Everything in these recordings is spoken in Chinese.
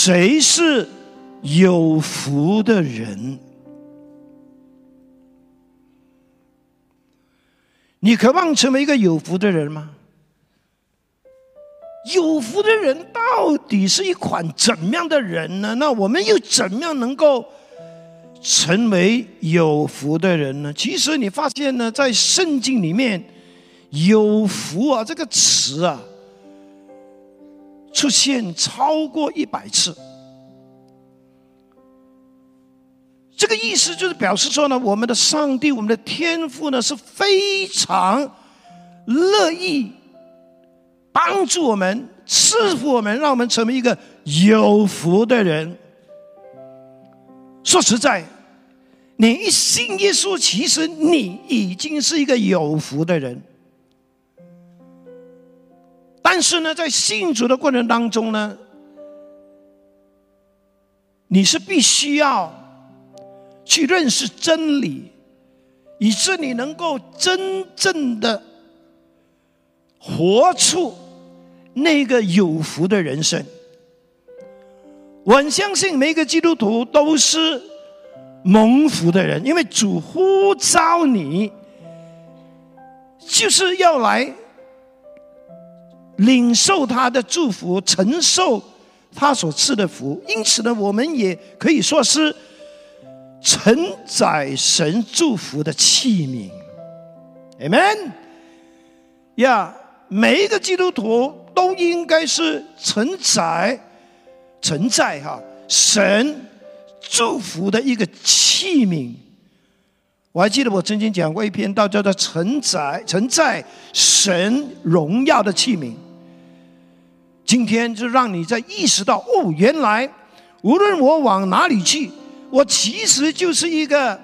谁是有福的人？你渴望成为一个有福的人吗？有福的人到底是一款怎么样的人呢？那我们又怎么样能够成为有福的人呢？其实你发现呢，在圣经里面，有福啊这个词啊，出现超过100次。这个意思就是表示说呢，我们的上帝，我们的天父呢，是非常乐意帮助我们、赐福我们，让我们成为一个有福的人。说实在，你一信耶稣，其实你已经是一个有福的人。但是呢，在信主的过程当中呢，你是必须要去认识真理，以致你能够真正的活出那个有福的人生。我很相信每一个基督徒都是蒙福的人，因为主呼召你，就是要来领受他的祝福，承受他所赐的福。因此呢，我们也可以说是承载神祝福的器皿。 Amen 呀、每一个基督徒都应该是承载神祝福的一个器皿。我还记得我曾经讲过一篇道，叫做承载神荣耀的器皿。今天就让你在意识到，原来无论我往哪里去，我其实就是一个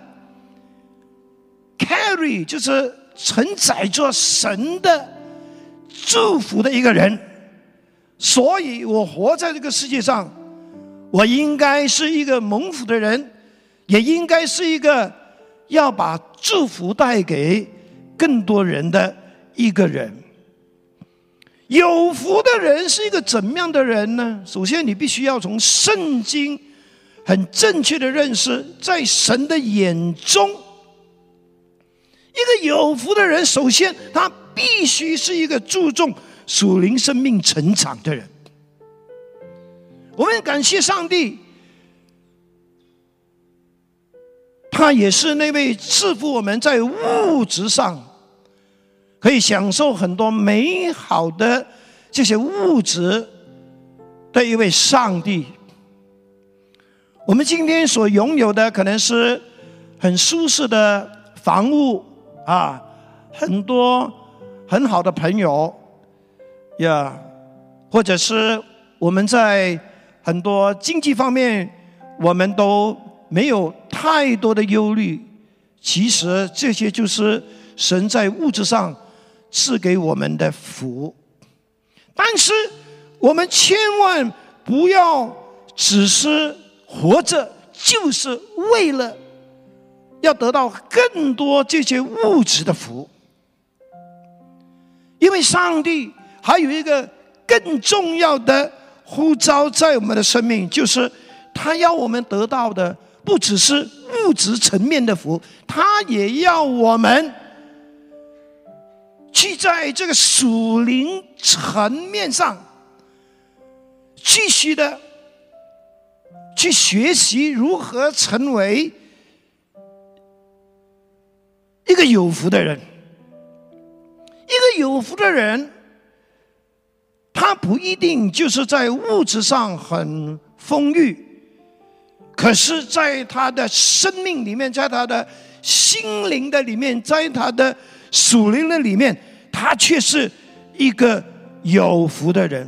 carry， 就是承载着神的祝福的一个人。所以我活在这个世界上，我应该是一个蒙福的人，也应该是一个要把祝福带给更多人的一个人。有福的人是一个怎么样的人呢？首先你必须要从圣经很正确的认识，在神的眼中，一个有福的人，首先他必须是一个注重属灵生命成长的人。我们感谢上帝，他也是那位赐福我们在物质上可以享受很多美好的这些物质的一位上帝。我们今天所拥有的可能是很舒适的房屋啊，很多很好的朋友呀，或者是我们在很多经济方面我们都没有太多的忧虑。其实这些就是神在物质上赐给我们的福。但是我们千万不要只是活着就是为了要得到更多这些物质的福，因为上帝还有一个更重要的呼召在我们的生命，就是他要我们得到的不只是物质层面的福，他也要我们去在这个属灵层面上继续的去学习如何成为一个有福的人。一个有福的人，他不一定就是在物质上很丰裕，可是在他的生命里面，在他的心灵的里面，在他的属灵的里面，他却是一个有福的人。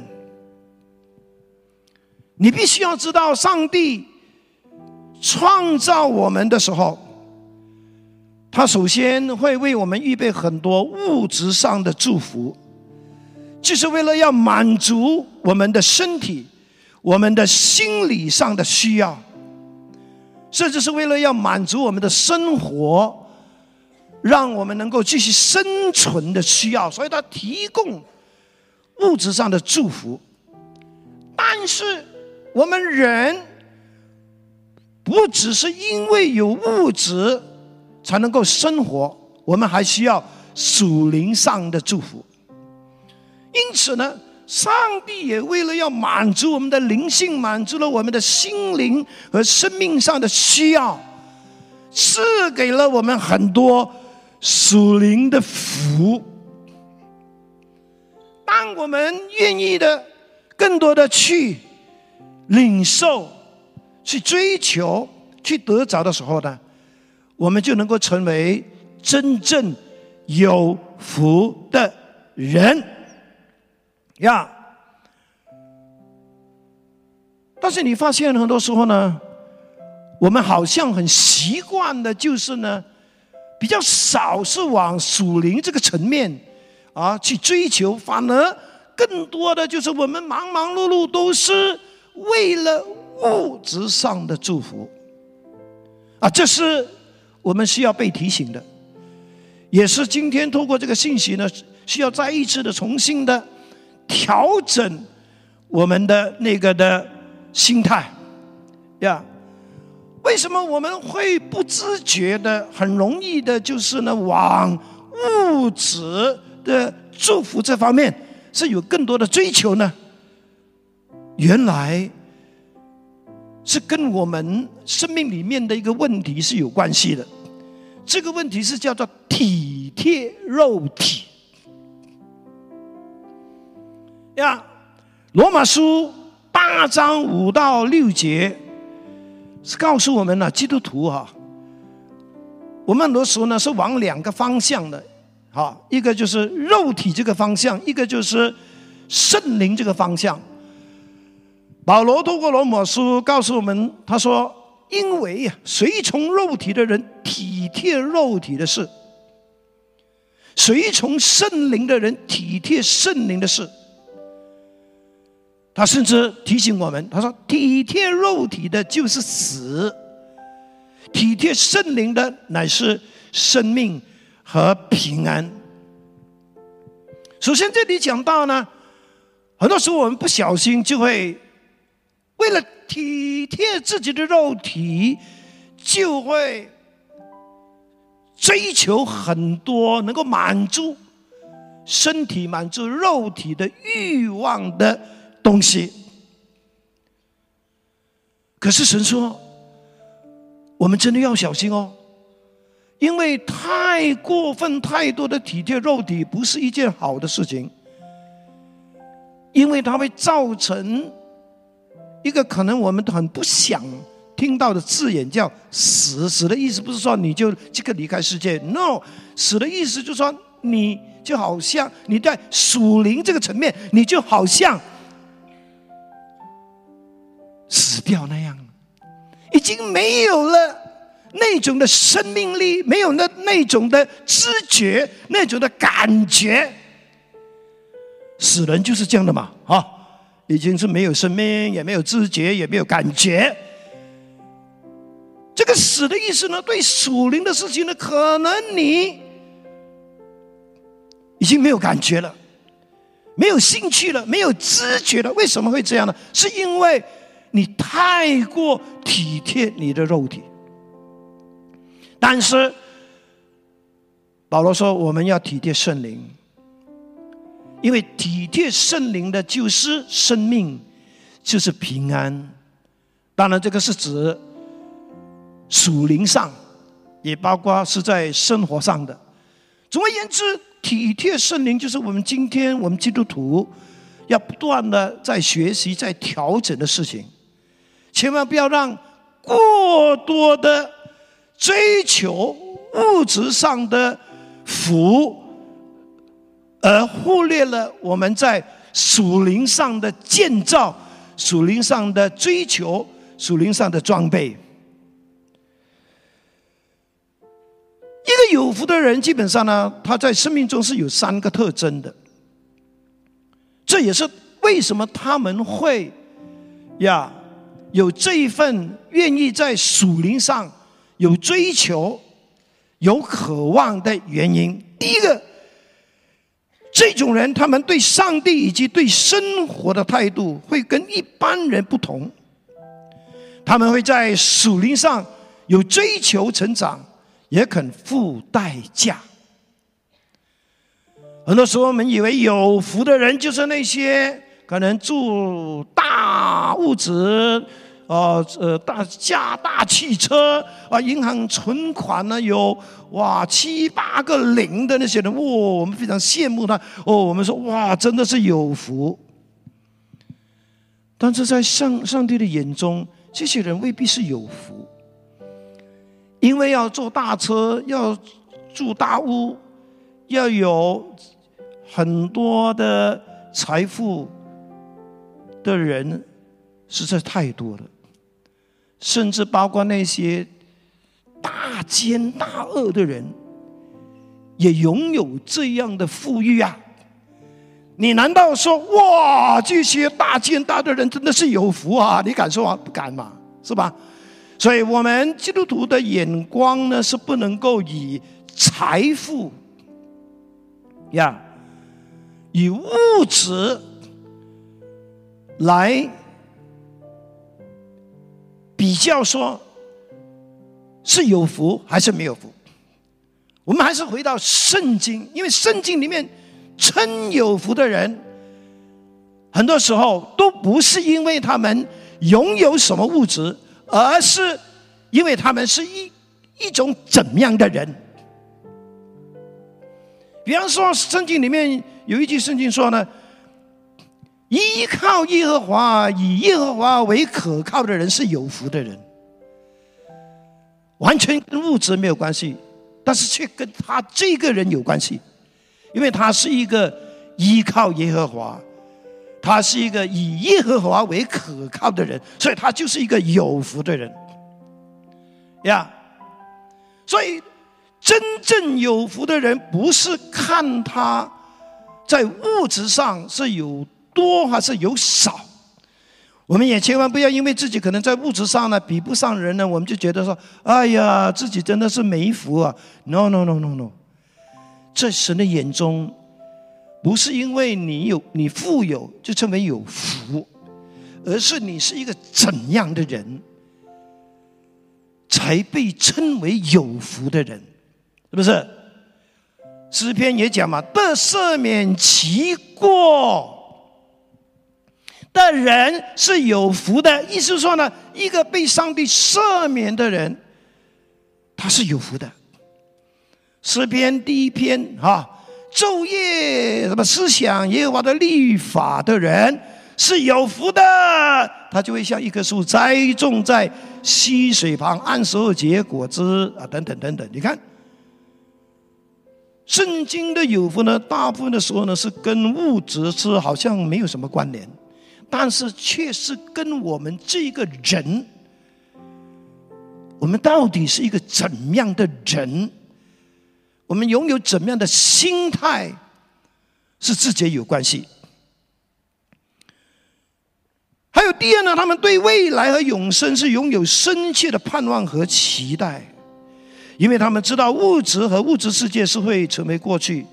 你必须要知道，上帝创造我们的时候，他首先会为我们预备很多物质上的祝福，就是为了要满足我们的身体、我们的心理上的需要，甚至是为了要满足我们的生活，让我们能够继续生存的需要，所以他提供物质上的祝福。但是我们人不只是因为有物质才能够生活，我们还需要属灵上的祝福。因此呢，上帝也为了要满足我们的灵性，满足了我们的心灵和生命上的需要，赐给了我们很多属灵的福。当我们愿意的更多的去领受、去追求、去得着的时候呢，我们就能够成为真正有福的人呀。但是你发现很多时候呢，我们好像很习惯的就是呢，比较少是往属灵这个层面去追求，反而更多的就是我们忙忙碌碌都是为了物质上的祝福这是我们需要被提醒的，也是今天透过这个信息呢，需要再一次的重新的调整我们的那个的心态呀。为什么我们会不自觉的、很容易的，就是呢往物质的祝福这方面是有更多的追求呢？原来是跟我们生命里面的一个问题是有关系的。这个问题是叫做体贴肉体呀。罗马书8章5到6节是告诉我们呢，基督徒我们很多时候呢是往两个方向的一个就是肉体这个方向，一个就是圣灵这个方向。保罗透过罗马书告诉我们，他说：因为随从肉体的人体贴肉体的事，随从圣灵的人体贴圣灵的事。他甚至提醒我们，他说体贴肉体的就是死，体贴圣灵的乃是生命和平安。首先这里讲到呢，很多时候我们不小心就会为了体贴自己的肉体，就会追求很多能够满足身体、满足肉体的欲望的东西。可是神说，我们真的要小心哦，因为太过分、太多的体贴肉体不是一件好的事情，因为它会造成一个可能我们很不想听到的字眼，叫死。死的意思不是说你就这个离开世界 ，no， 死的意思就是说你就好像你在属灵这个层面，你就好像死掉那样，已经没有了那种的生命力，没有那种的知觉，那种的感觉。死人就是这样的嘛，已经是没有生命，也没有知觉，也没有感觉。这个死的意思呢，对属灵的事情呢，可能你已经没有感觉了，没有兴趣了，没有知觉了。为什么会这样呢？是因为你太过体贴你的肉体。但是保罗说，我们要体贴圣灵，因为体贴圣灵的就是生命，就是平安。当然这个是指属灵上，也包括是在生活上的。总而言之，体贴圣灵就是我们今天我们基督徒要不断的在学习、在调整的事情。千万不要让过多的追求物质上的福，而忽略了我们在属灵上的建造、属灵上的追求、属灵上的装备。一个有福的人，基本上呢，他在生命中是有3个特征的。这也是为什么他们会有这一份愿意在属灵上有追求、有渴望的原因。第一个，这种人他们对上帝以及对生活的态度会跟一般人不同。 他们会在属灵上有追求成长，也肯付代价。很多时候我们以为有福的人就是那些可能住大屋子，大汽车啊，银行存款呢有7、8个零的那些人，我们非常羡慕他。我们说真的是有福。但是在上帝的眼中，这些人未必是有福，因为要坐大车，要住大屋，要有很多的财富的人实在太多了，甚至包括那些大奸大恶的人也拥有这样的富裕啊！你难道说这些大奸大恶的人真的是有福啊？你敢说吗？不敢嘛，是吧？所以我们基督徒的眼光呢，是不能够以财富以物质来比较说是有福还是没有福。我们还是回到圣经，因为圣经里面称有福的人，很多时候都不是因为他们拥有什么物质，而是因为他们是一种怎么样的人。比方说圣经里面有一句圣经说呢，依靠耶和华，以耶和华为可靠的人是有福的人。完全跟物质没有关系，但是却跟他这个人有关系，因为他是一个依靠耶和华，他是一个以耶和华为可靠的人，所以他就是一个有福的人所以真正有福的人不是看他在物质上是有多还是有少，我们也千万不要因为自己可能在物质上呢比不上人呢，我们就觉得说哎呀自己真的是没福啊。 No， 在神的眼中不是因为你富有就称为有福，而是你是一个怎样的人才被称为有福的人，是不是？诗篇也讲嘛，得赦免其过的人是有福的。意思说呢，一个被上帝赦免的人他是有福的。诗篇第1篇昼夜思想耶和华的律法的人是有福的，他就会像一棵树栽种在溪水旁，按时候结果子等等等等。你看圣经的有福呢，大部分的时候呢是跟物质是好像没有什么关联，但是却是跟我们这个人，我们到底是一个怎样的人，我们拥有怎么样的心态是直接有关系。还有第二呢，他们对未来和永生是拥有深切的盼望和期待，因为他们知道物质和物质世界是会成为过去，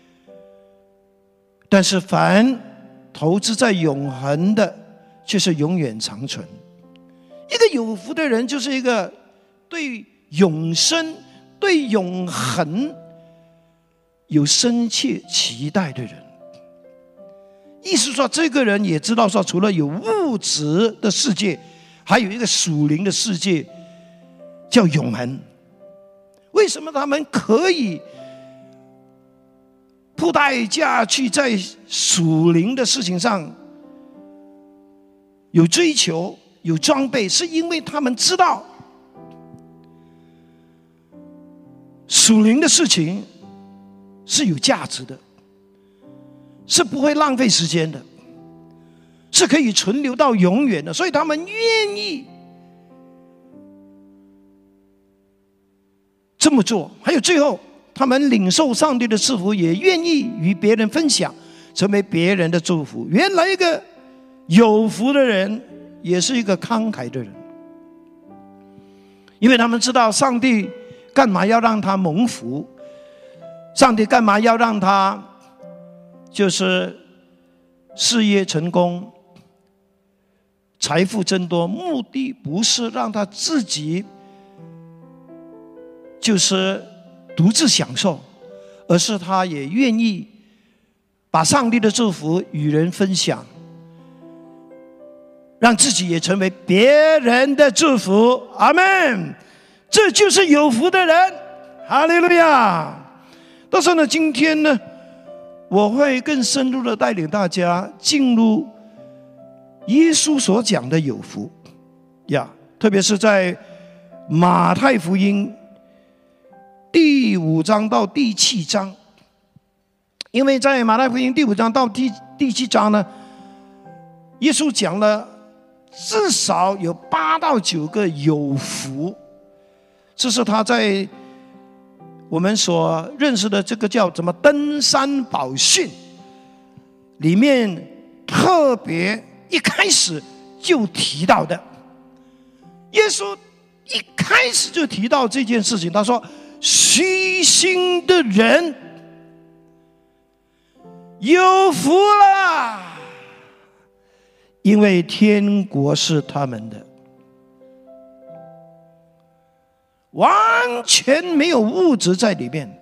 但是凡投资在永恒的却是永远长存。一个有福的人就是一个对永生对永恒有深切期待的人。意思说这个人也知道说，除了有物质的世界，还有一个属灵的世界叫永恒。为什么他们可以付代价去在属灵的事情上有追求有装备？是因为他们知道属灵的事情是有价值的，是不会浪费时间的，是可以存留到永远的，所以他们愿意这么做。还有最后，他们领受上帝的赐福，也愿意与别人分享，成为别人的祝福。原来一个有福的人也是一个慷慨的人，因为他们知道上帝干嘛要让他蒙福，上帝干嘛要让他就是事业成功， 财富增多，目的不是让他自己就是独自享受，而是他也愿意把上帝的祝福与人分享，让自己也成为别人的祝福。阿们！这就是有福的人。哈利路亚！但是呢，今天呢，我会更深入的带领大家进入耶稣所讲的有福呀，特别是在马太福音第5章到第7章。因为在马太福音第5章到第7章呢，耶稣讲了至少有8到9个有福，这是他在我们所认识的这个叫什么登山宝训里面特别一开始就提到的。耶稣一开始就提到这件事情，他说虚心的人有福了，因为天国是他们的。完全没有物质在里面，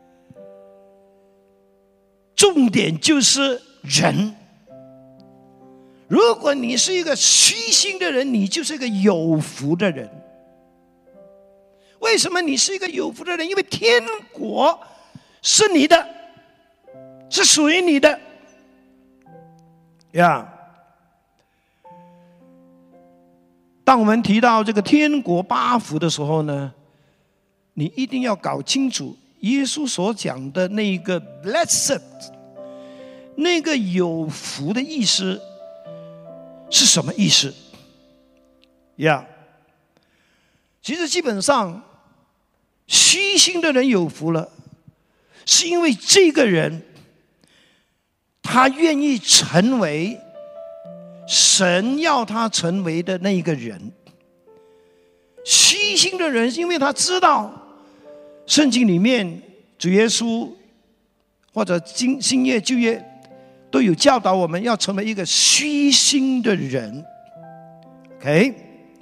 重点就是人。如果你是一个虚心的人，你就是一个有福的人。为什么你是一个有福的人？因为天国是你的，是属于你的呀。当我们提到这个天国8福的时候呢，你一定要搞清楚耶稣所讲的那个 blessed， 那个有福的意思是什么意思呀？其实基本上虚心的人有福了，是因为这个人他愿意成为神要他成为的那一个人。虚心的人是因为他知道圣经里面主耶稣或者新约旧约都有教导我们要成为一个虚心的人。 OK，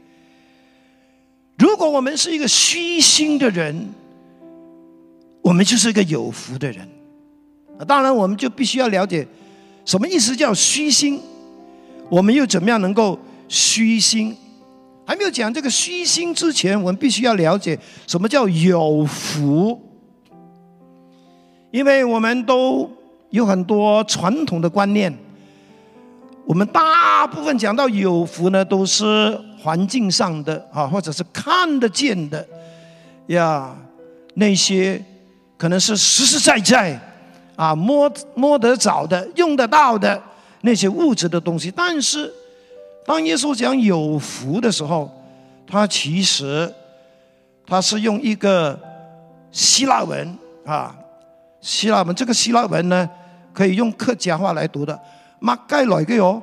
如果我们是一个虚心的人，我们就是一个有福的人。当然我们就必须要了解什么意思叫虚心，我们又怎么样能够虚心。还没有讲这个虚心之前，我们必须要了解什么叫有福。因为我们都有很多传统的观念，我们大部分讲到有福呢，都是环境上的或者是看得见的呀，那些可能是实实在在摸得着的、用得到的那些物质的东西。但是当耶稣讲有福的时候，他其实他是用一个希腊文希腊文，这个希腊文呢可以用客家话来读的，马盖来嘅哦，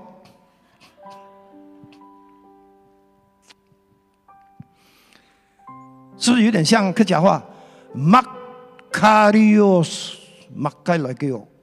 是不是有点像客家话？马卡里奥斯，马盖来嘅哦，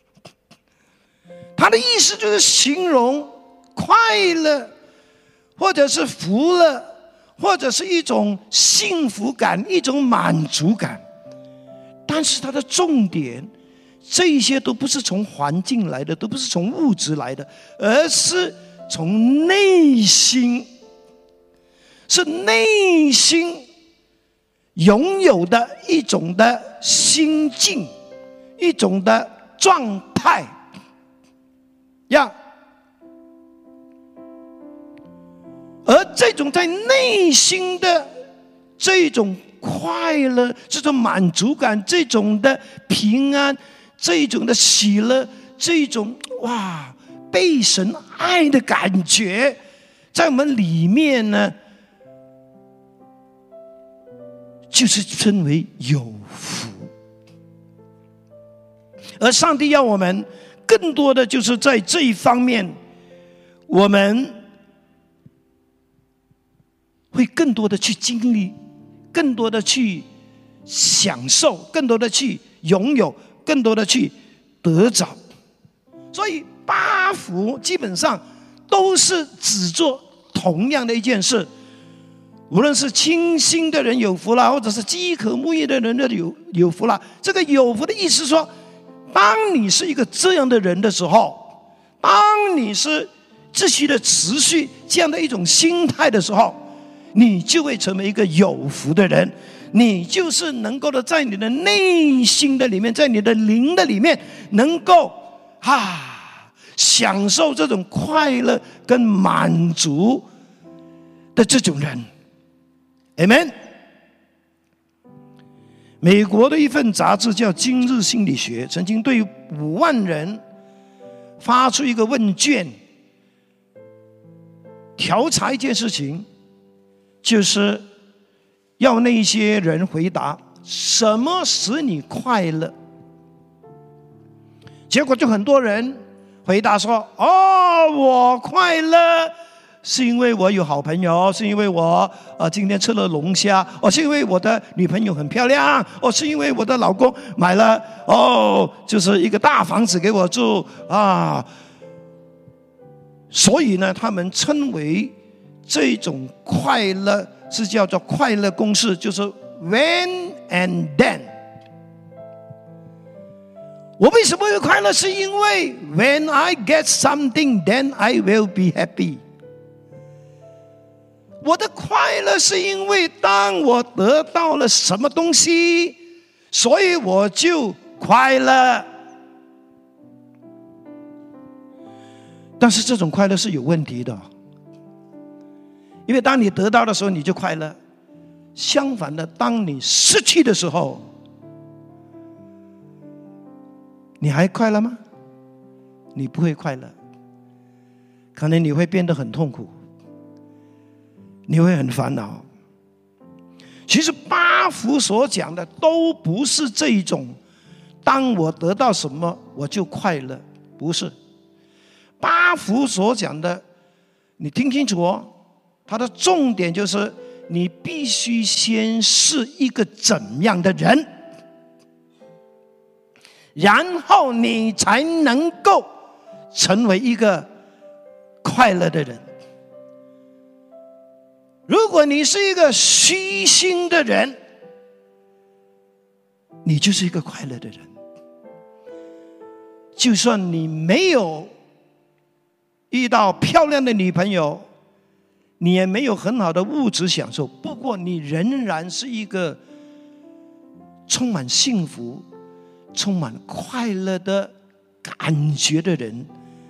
他的意思就是形容快乐，或者是福乐，或者是一种幸福感，一种满足感。但是它的重点，这一些都不是从环境来的，都不是从物质来的，而是从内心，是内心拥有的一种的心境，一种的状态呀。而这种在内心的这种快乐，这种满足感，这种的平安，这种的喜乐，这种被神爱的感觉，在我们里面呢，就是称为有福。而上帝要我们更多的就是在这一方面，我们会更多的去经历，更多的去享受，更多的去拥有，更多的去得着。所以8福基本上都是只做同样的一件事。无论是清心的人有福了，或者是饥渴沐浴的人有福了。这个有福的意思说，当你是一个这样的人的时候，当你是继续的持续这样的一种心态的时候，你就会成为一个有福的人。你就是能够的在你的内心的里面，在你的灵的里面，能够享受这种快乐跟满足的这种人。Amen。 美国的一份杂志叫《今日心理学》，曾经对5万人发出一个问卷，调查一件事情，就是要那些人回答什么使你快乐。结果就很多人回答说：我快乐是因为我有好朋友，是因为我今天吃了龙虾，是因为我的女朋友很漂亮，是因为我的老公买了就是一个大房子给我住啊。所以呢，他们称为这种快乐是叫做快乐公式，就是 when and then。 我为什么会快乐？是因为 when I get something, then I will be happy。我的快乐是因为当我得到了什么东西，所以我就快乐。但是这种快乐是有问题的，因为当你得到的时候你就快乐，相反的，当你失去的时候，你还快乐吗？你不会快乐，可能你会变得很痛苦，你会很烦恼。其实八福所讲的都不是这一种当我得到什么我就快乐，不是。八福所讲的，你听清楚哦，它的重点就是你必须先是一个怎样的人，然后你才能够成为一个快乐的人。如果你是一个虚心的人，你就是一个快乐的人。就算你没有遇到漂亮的女朋友，你也没有很好的物质享受，不过你仍然是一个充满幸福、充满快乐的感觉的人。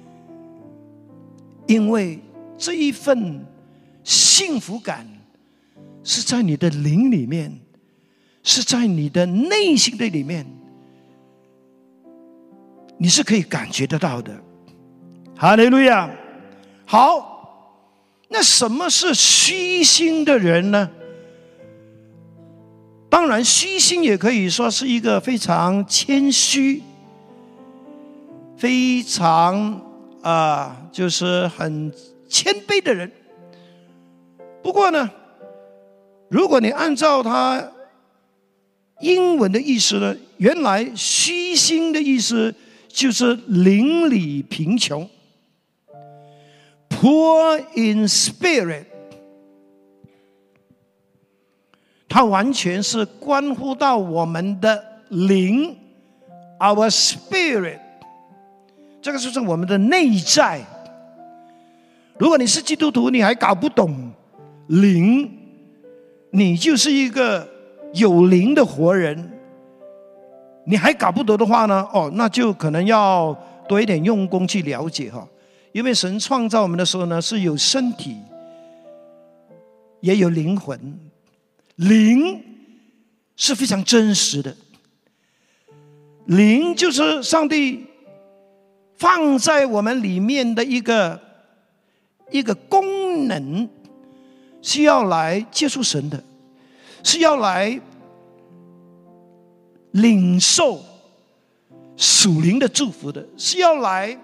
因为这一份幸福感是在你的灵里面，是在你的内心的里面，你是可以感觉得到的。哈利路亚。好，那什么是虚心的人呢？当然，虚心也可以说是一个非常谦虚、非常就是很谦卑的人。不过呢，如果你按照他英文的意思呢，原来虚心的意思就是邻里贫穷 ，poor in spirit。它完全是关乎到我们的灵 ，our spirit， 这个就是我们的内在。如果你是基督徒，你还搞不懂灵，你就是一个有灵的活人。你还搞不懂的话呢，那就可能要多一点用功去了解哈。因为神创造我们的时候呢，是有身体，也有灵魂。灵是非常真实的，灵就是上帝放在我们里面的一个功能，是要来接触神的，是要来领受属灵的祝福的，是要来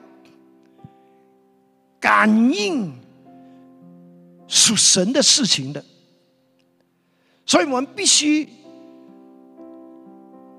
感应属神的事情的。所以我们必须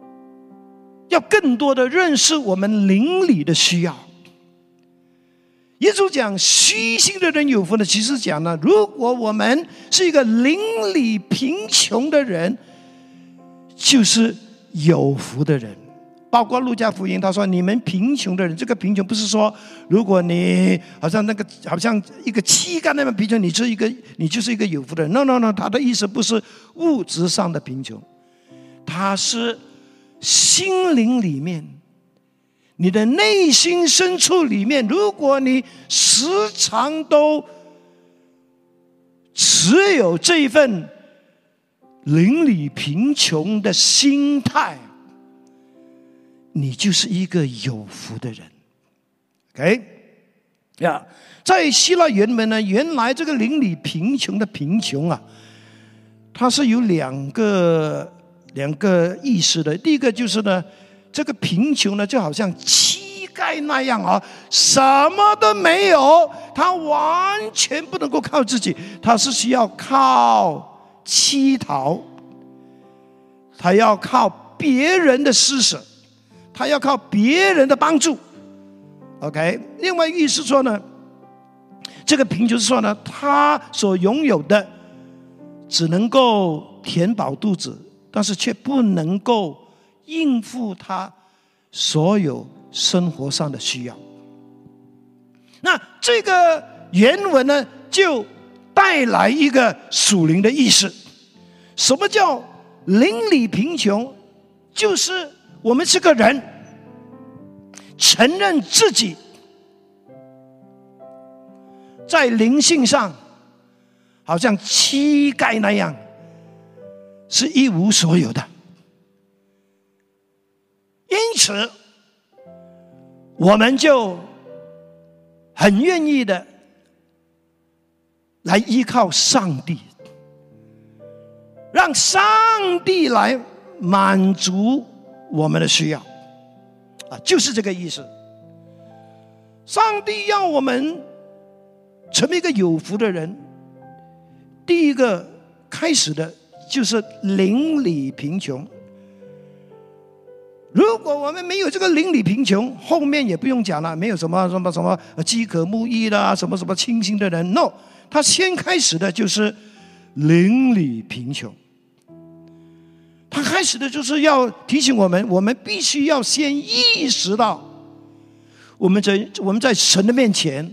要更多的认识我们灵里的需要， 耶稣讲虚心的人有福呢，其实讲呢，如果我们是一个邻里贫穷的人，就是有福的人。包括路加福音他说你们贫穷的人，这个贫穷不是说如果你好像一个乞丐那么贫穷，你就是一个有福的人。 No， 他的意思不是物质上的贫穷，他是心灵里面，你的内心深处里面，如果你时常都持有这一份邻里贫穷的心态，你就是一个有福的人。 OK 呀，在希腊原文呢，原来这个邻里贫穷的贫穷啊，它是有两个意思的。第一个就是呢，这个贫穷呢就好像乞丐那样啊，什么都没有，他完全不能够靠自己，他是需要靠乞讨，他要靠别人的施舍，他要靠别人的帮助。 OK， 另外意思说呢，这个贫穷是说呢，他所拥有的只能够填饱肚子，但是却不能够应付他所有生活上的需要。那这个原文呢，就带来一个属灵的意思。什么叫邻里贫穷？就是我们是个人，承认自己在灵性上好像乞丐那样是一无所有的，因此我们就很愿意的来依靠上帝，让上帝来满足我们的需要啊，就是这个意思。上帝要我们成为一个有福的人，第一个开始的就是邻里贫穷。如果我们没有这个邻里贫穷，后面也不用讲了，没有什么饥渴慕义啦，什么清心的人 ，no， 他先开始的就是邻里贫穷。他开始的就是要提醒我们，我们必须要先意识到，我们在神的面前，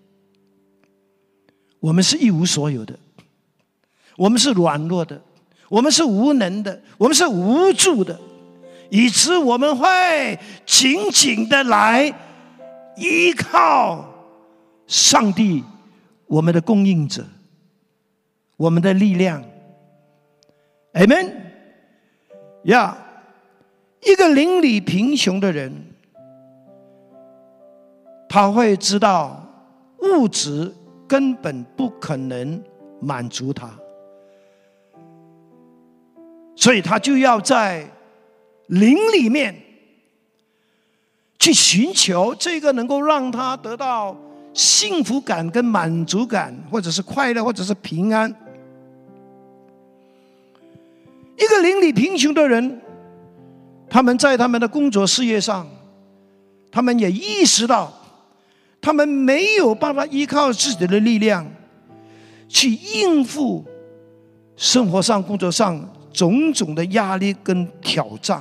我们是一无所有的，我们是软弱的，我们是无能的，我们是无助的，以致我们会紧紧的来依靠上帝，我们的供应者，我们的力量。 Amen。 呀，一个邻里贫穷的人，他会知道物质根本不可能满足他，所以他就要在灵里面去寻求这个能够让他得到幸福感跟满足感，或者是快乐，或者是平安。一个邻里贫穷的人，他们在他们的工作事业上，他们也意识到他们没有办法依靠自己的力量去应付生活上工作上种种的压力跟挑战。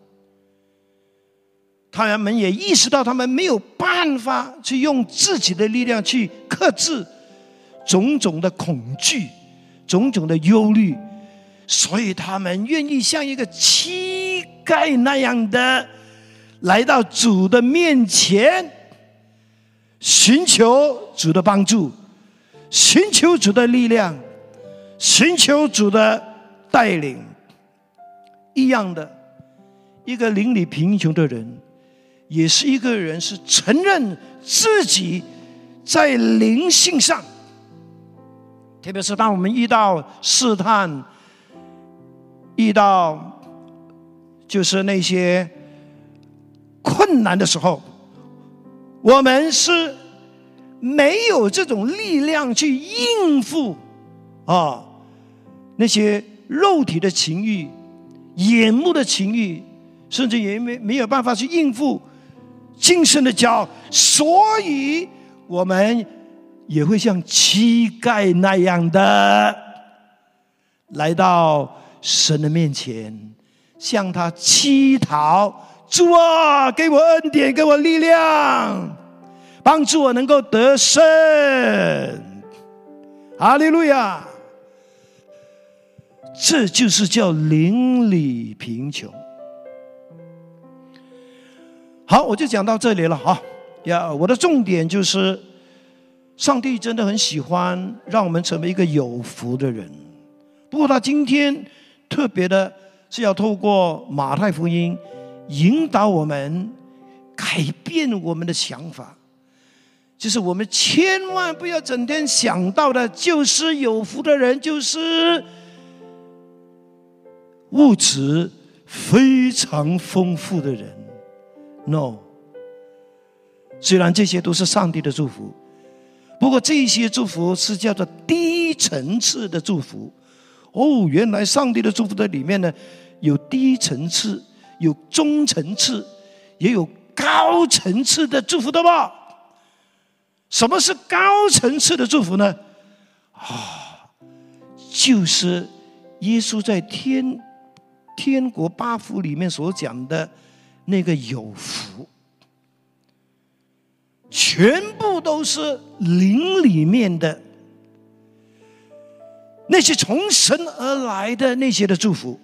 他们也意识到他们没有办法去用自己的力量去克制种种的恐惧，种种的忧虑，所以他们愿意像一个乞丐那样的来到主的面前，寻求主的帮助，寻求主的力量，寻求主的带领。一样的，一个邻里贫穷的人，也是一个人是承认自己在灵性上，特别是当我们遇到试探，遇到就是那些困难的时候，我们是没有这种力量去应付那些肉体的情欲、眼目的情欲，甚至也没有办法去应付精神的骄傲，所以我们也会像乞丐那样的来到神的面前，向他乞讨，主啊，给我恩典，给我力量，帮助我能够得胜。哈利路亚！这就是叫邻里贫穷。好，我就讲到这里了哈。我的重点就是，上帝真的很喜欢让我们成为一个有福的人。不过他今天特别的是要透过马太福音引导我们改变我们的想法，就是我们千万不要整天想到的就是有福的人就是物质非常丰富的人。 No， 虽然这些都是上帝的祝福，不过这些祝福是叫做低层次的祝福。原来上帝的祝福的里面呢，有低层次，有中层次，也有高层次的祝福的吧？什么是高层次的祝福呢？就是耶稣在天国八福里面所讲的那个有福，全部都是灵里面的那些从神而来的那些的祝福。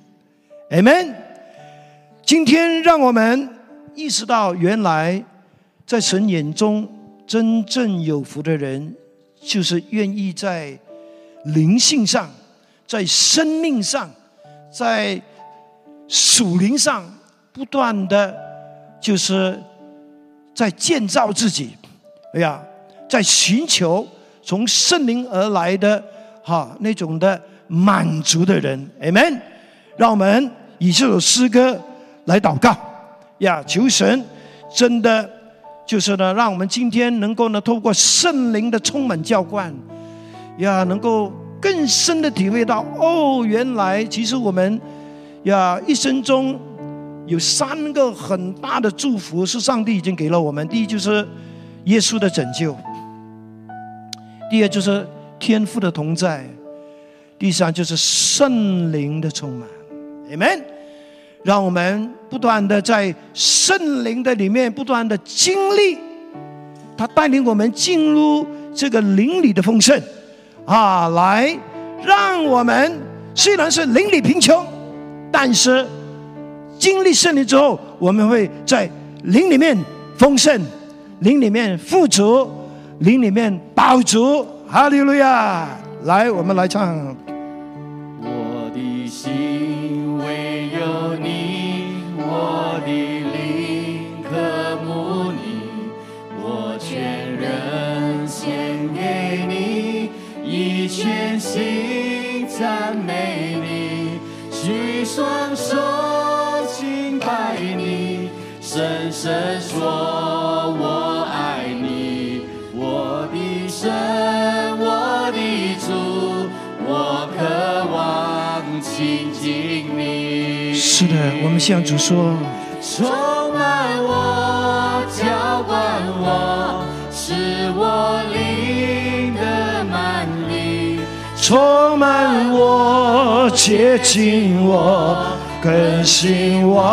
Amen。 今天让我们意识到，原来在神眼中真正有福的人，就是愿意在灵性上，在生命上，在属灵上不断的就是在建造自己，在寻求从圣灵而来的那种的满足的人。 Amen。 让我们以这首诗歌来祷告求神真的就是呢，让我们今天能够呢，透过圣灵的充满浇灌能够更深的体会到，原来其实我们一生中有3个很大的祝福是上帝已经给了我们。第一就是耶稣的拯救，第二就是天父的同在，第三就是圣灵的充满。 Amen。 让我们不断的在圣灵的里面不断的经历，他带领我们进入这个灵里的丰盛来让我们虽然是灵里贫穷，但是经历圣灵之后，我们会在灵里面丰盛，灵里面富足，灵里面饱足。哈利路亚！来，我们来唱。 我的心唯有你，我的灵渴慕你，我全人献给你，以全心赞美你，举双手敬拜你，深深说我爱你，我的神，我的主，我渴望亲近你。 是的，我们向主说， 充满我，浇灌我，使我灵的满溢， 充满我，接近我，更新我，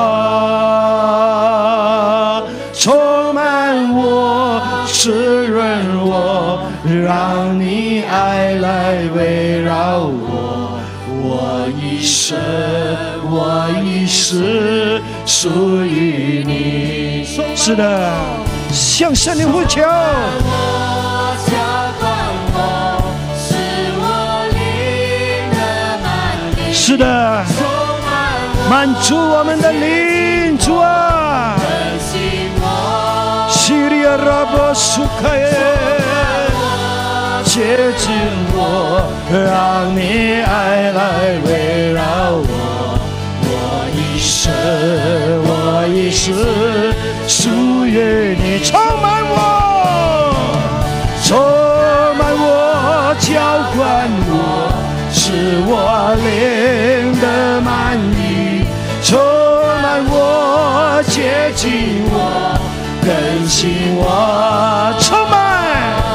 充满我，滋润我，让你爱来围绕我。我一生，我一世属于你。是的，向圣灵呼求。是的，满足我们的灵，主啊！西里亚拉波苏卡耶，接近我，让你爱来围绕我。我一生，我一世属于你，充满我，充满我，浇灌我，使我灵的满溢，充满我，接近我，更新我，充满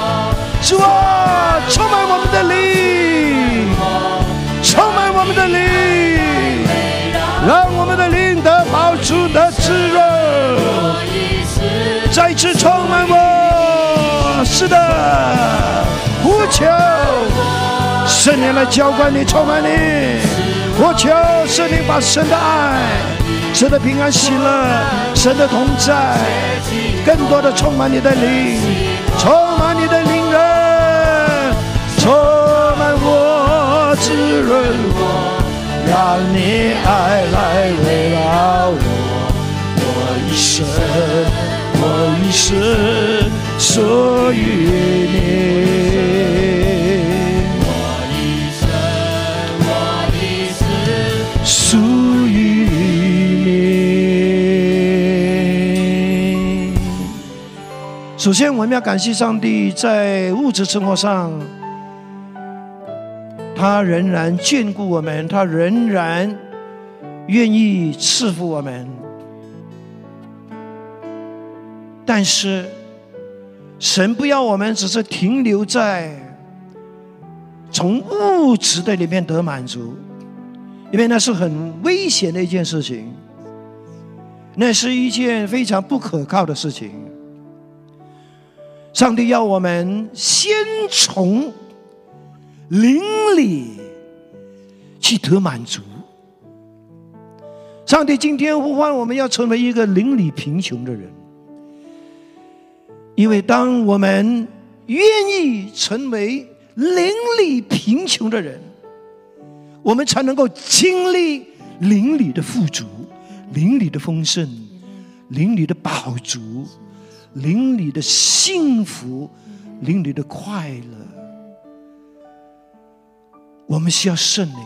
次充满我。是的，呼求圣灵来浇灌你，充满你。我求圣灵把神的爱、神的平安喜乐、神的同在更多的充满你的灵，充满你的灵人，充满我，滋润我，让你爱来围绕我，我一生，我一生属于你。属于你。首先，我们要感谢上帝，在物质生活上，他仍然眷顾我们，他仍然愿意赐福我们。但是，神不要我们只是停留在从物质的里面得满足。因为那是很危险的一件事情，那是一件非常不可靠的事情。上帝要我们先从灵里去得满足。上帝今天呼唤我们要成为一个灵里贫穷的人，因为当我们愿意成为灵里贫穷的人，我们才能够经历灵里的富足、灵里的丰盛、灵里的饱足、灵里的幸福、灵里的快乐。我们需要圣灵，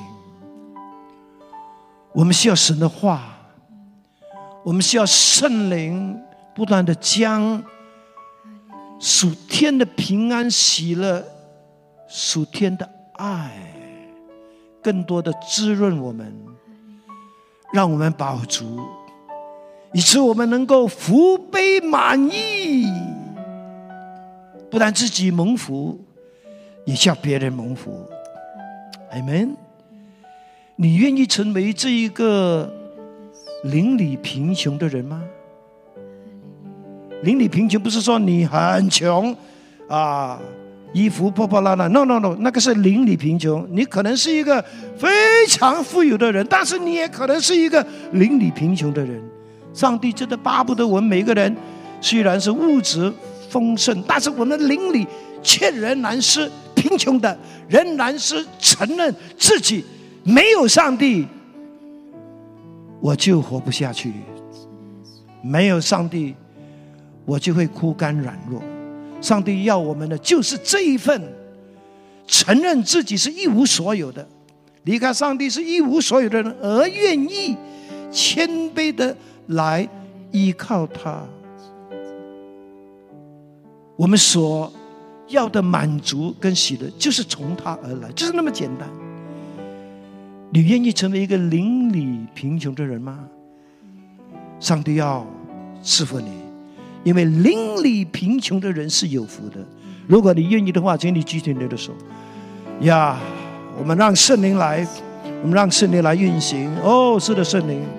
我们需要神的话，我们需要圣灵不断的将属天的平安喜乐、属天的爱更多的滋润我们，让我们饱足，以致我们能够福杯满溢，不但自己蒙福，也叫别人蒙福。阿们。你愿意成为这一个灵里贫穷的人吗？灵里贫穷不是说你很穷啊，衣服破破烂烂 ，no， 那个是灵里贫穷。你可能是一个非常富有的人，但是你也可能是一个灵里贫穷的人。上帝真的巴不得我们每个人虽然是物质丰盛，但是我们的灵里却仍然是贫穷的，仍然是承认自己没有上帝我就活不下去，没有上帝我就会枯干软弱。上帝要我们的就是这一份承认自己是一无所有的，离开上帝是一无所有的人，而愿意谦卑的来依靠他。我们所要的满足跟喜乐就是从他而来，就是那么简单。你愿意成为一个灵里贫穷的人吗？上帝要赐福你，因为灵里贫穷的人是有福的。如果你愿意的话，请你举起你的手呀！我们让圣灵来，我们让圣灵来运行。哦，是的，圣灵。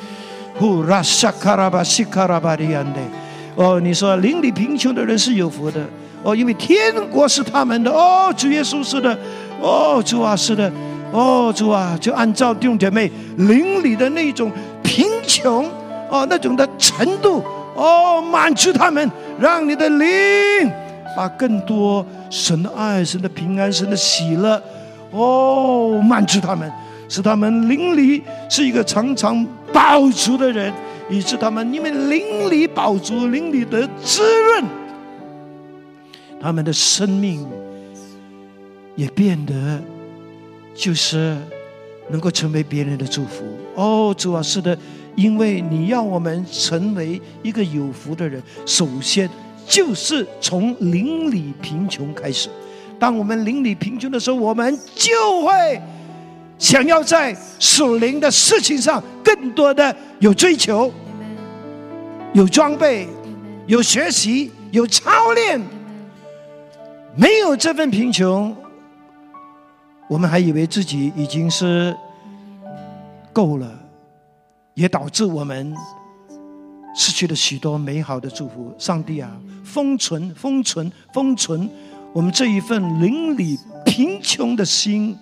哦，你说灵里贫穷的人是有福的。哦，因为天国是他们的。哦，主耶稣是的。哦，主啊，是的。哦，主啊，就按照弟兄姐妹灵里的那种贫穷，哦，那种的程度，哦，满足他们，让你的灵把更多神的爱、神的平安、神的喜乐，哦，满足他们，使他们灵里是一个常常饱足的人，以致他们因为灵里饱足、灵里的滋润，他们的生命也变得就是能够成为别人的祝福。哦，主啊，是的，因为你要我们成为一个有福的人，首先就是从灵里贫穷开始。当我们灵里贫穷的时候，我们就会想要在属灵的事情上更多的有追求，有装备，有学习，有操练。没有这份贫穷，我们还以为自己已经是够了，也导致我们失去了许多美好的祝福。上帝啊，封存我们这一份邻里贫穷的心。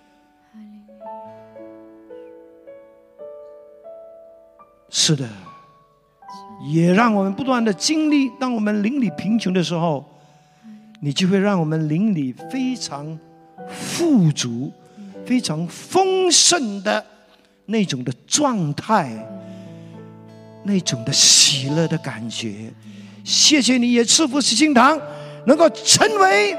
是的，也让我们不断的经历，当我们邻里贫穷的时候，你就会让我们邻里非常富足、非常丰盛的那种的状态，那种的喜乐的感觉。谢谢你，也赐福喜信堂能够成为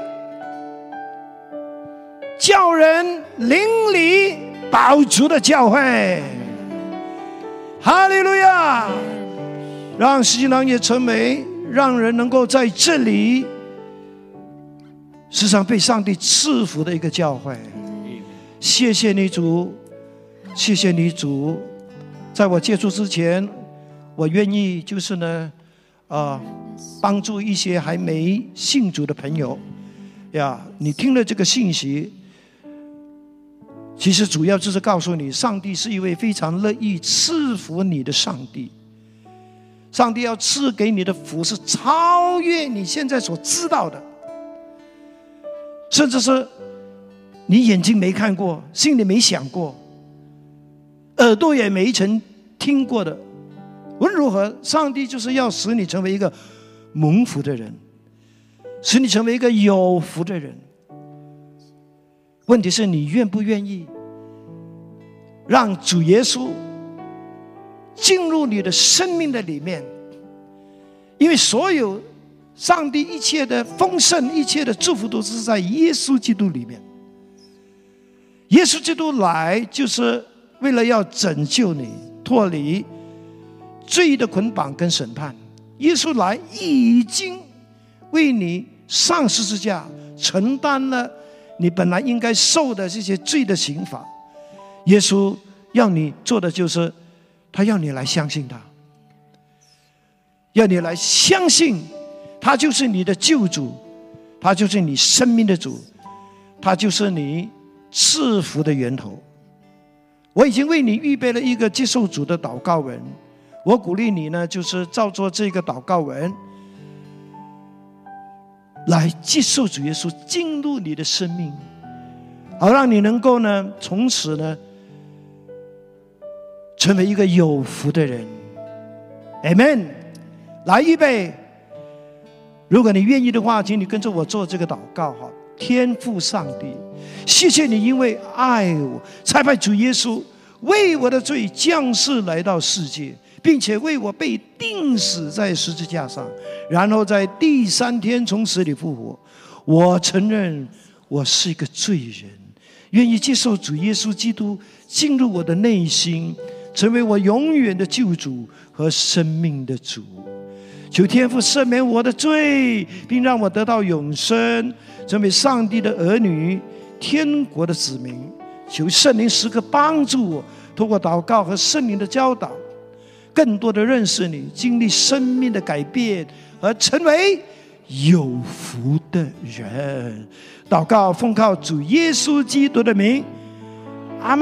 叫人邻里饱足的教会。哈利路亚！让喜信堂也成为让人能够在这里时常被上帝赐福的一个教会。谢谢你主，谢谢你主。在我接触之前，我愿意就是呢帮助一些还没信主的朋友呀。你听了这个信息，其实主要就是告诉你，上帝是一位非常乐意赐福你的上帝。上帝要赐给你的福是超越你现在所知道的，甚至是你眼睛没看过，心里没想过，耳朵也没曾听过的。无论如何，上帝就是要使你成为一个蒙福的人，使你成为一个有福的人。问题是你愿不愿意让主耶稣进入你的生命的里面？因为所有上帝一切的丰盛、一切的祝福都是在耶稣基督里面。耶稣基督来就是为了要拯救你，脱离罪的捆绑跟审判。耶稣来已经为你上十字架，承担了你本来应该受的这些罪的刑罚。耶稣要你做的就是他要你来相信他，要你来相信他就是你的救主，他就是你生命的主，他就是你赐福的源头。我已经为你预备了一个接受主的祷告文，我鼓励你呢，就是照做这个祷告文来接受主耶稣进入你的生命，好让你能够呢从此呢成为一个有福的人。 Amen。 来预备，如果你愿意的话，请你跟着我做这个祷告。天父上帝，谢谢你因为爱我，差派主耶稣为我的罪降世来到世界，并且为我被钉死在十字架上，然后在第3天从死里复活。我承认我是一个罪人，愿意接受主耶稣基督进入我的内心，成为我永远的救主和生命的主。求天父赦免我的罪，并让我得到永生，成为上帝的儿女，天国的子民。求圣灵时刻帮助我，透过祷告和圣灵的教导，更多的认识你，经历生命的改变，而成为有福的人。祷告奉靠主耶稣基督的名，阿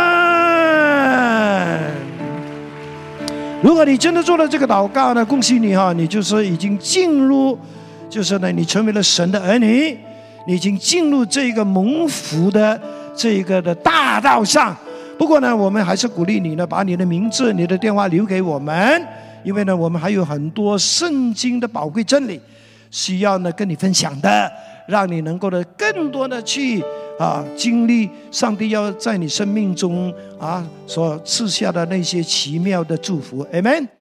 们。如果你真的做了这个祷告呢，恭喜你哈，你就是已经进入，就是呢，你成为了神的儿女，你已经进入这个蒙福的这个的大道上。不过呢，我们还是鼓励你呢，把你的名字、你的电话留给我们，因为呢，我们还有很多圣经的宝贵真理需要呢跟你分享的，让你能够呢更多的去经历上帝要在你生命中所赐下的那些奇妙的祝福。 Amen。